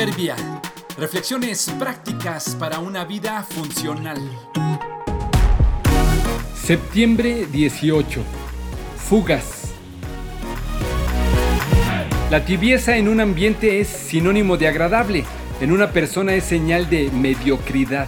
Proverbia. Reflexiones prácticas para una vida funcional. Septiembre 18. Fugas. La tibieza en un ambiente es sinónimo de agradable. En una persona es señal de mediocridad.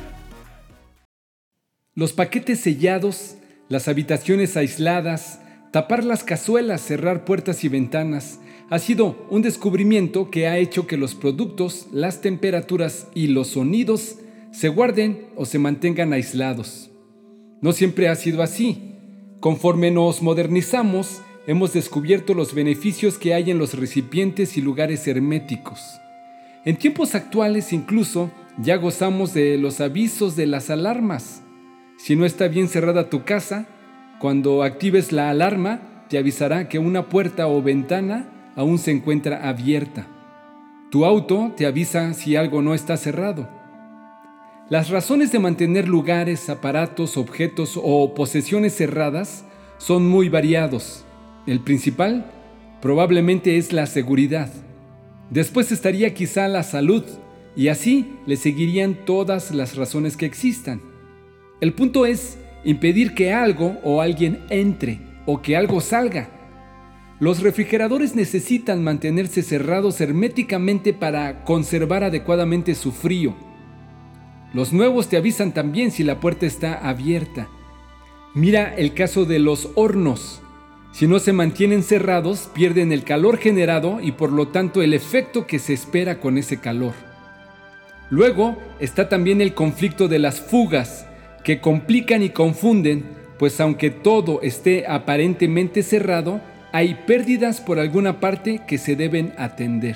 Los paquetes sellados, las habitaciones aisladas, tapar las cazuelas, cerrar puertas y ventanas, ha sido un descubrimiento que ha hecho que los productos, las temperaturas y los sonidos se guarden o se mantengan aislados. No siempre ha sido así. Conforme nos modernizamos, hemos descubierto los beneficios que hay en los recipientes y lugares herméticos. En tiempos actuales incluso ya gozamos de los avisos de las alarmas. Si no está bien cerrada tu casa, cuando actives la alarma, te avisará que una puerta o ventana aún se encuentra abierta. Tu auto te avisa si algo no está cerrado. Las razones de mantener lugares, aparatos, objetos o posesiones cerradas son muy variados. El principal probablemente es la seguridad. Después estaría quizá la salud, y así le seguirían todas las razones que existan. El punto es impedir que algo o alguien entre o que algo salga. Los refrigeradores necesitan mantenerse cerrados herméticamente para conservar adecuadamente su frío. Los nuevos te avisan también si la puerta está abierta. Mira el caso de los hornos. Si no se mantienen cerrados, pierden el calor generado y por lo tanto el efecto que se espera con ese calor. Luego está también el conflicto de las fugas, que complican y confunden, pues aunque todo esté aparentemente cerrado, hay pérdidas por alguna parte que se deben atender.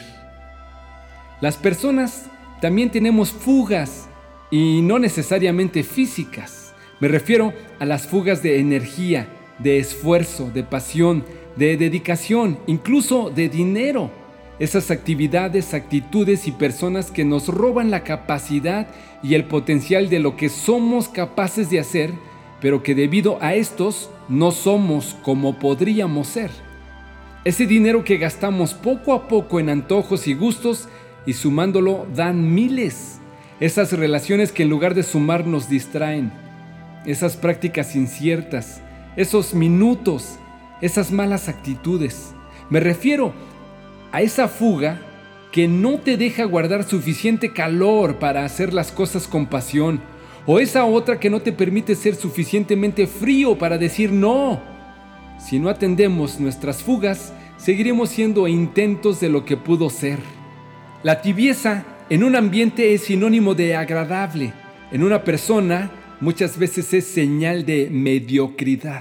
Las personas también tenemos fugas, y no necesariamente físicas. Me refiero a las fugas de energía, de esfuerzo, de pasión, de dedicación, incluso de dinero. Esas actividades, actitudes y personas que nos roban la capacidad y el potencial de lo que somos capaces de hacer, pero que debido a estos no somos como podríamos ser. Ese dinero que gastamos poco a poco en antojos y gustos y sumándolo dan miles. Esas relaciones que en lugar de sumar nos distraen. Esas prácticas inciertas, esos minutos, esas malas actitudes. Me refiero a esa fuga que no te deja guardar suficiente calor para hacer las cosas con pasión, o esa otra que no te permite ser suficientemente frío para decir no. Si no atendemos nuestras fugas, seguiremos siendo intentos de lo que pudo ser. La tibieza en un ambiente es sinónimo de agradable. En una persona, muchas veces es señal de mediocridad.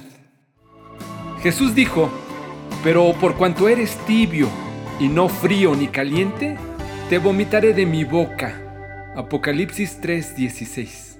Jesús dijo: pero por cuanto eres tibio y no frío ni caliente, te vomitaré de mi boca. Apocalipsis 3:16.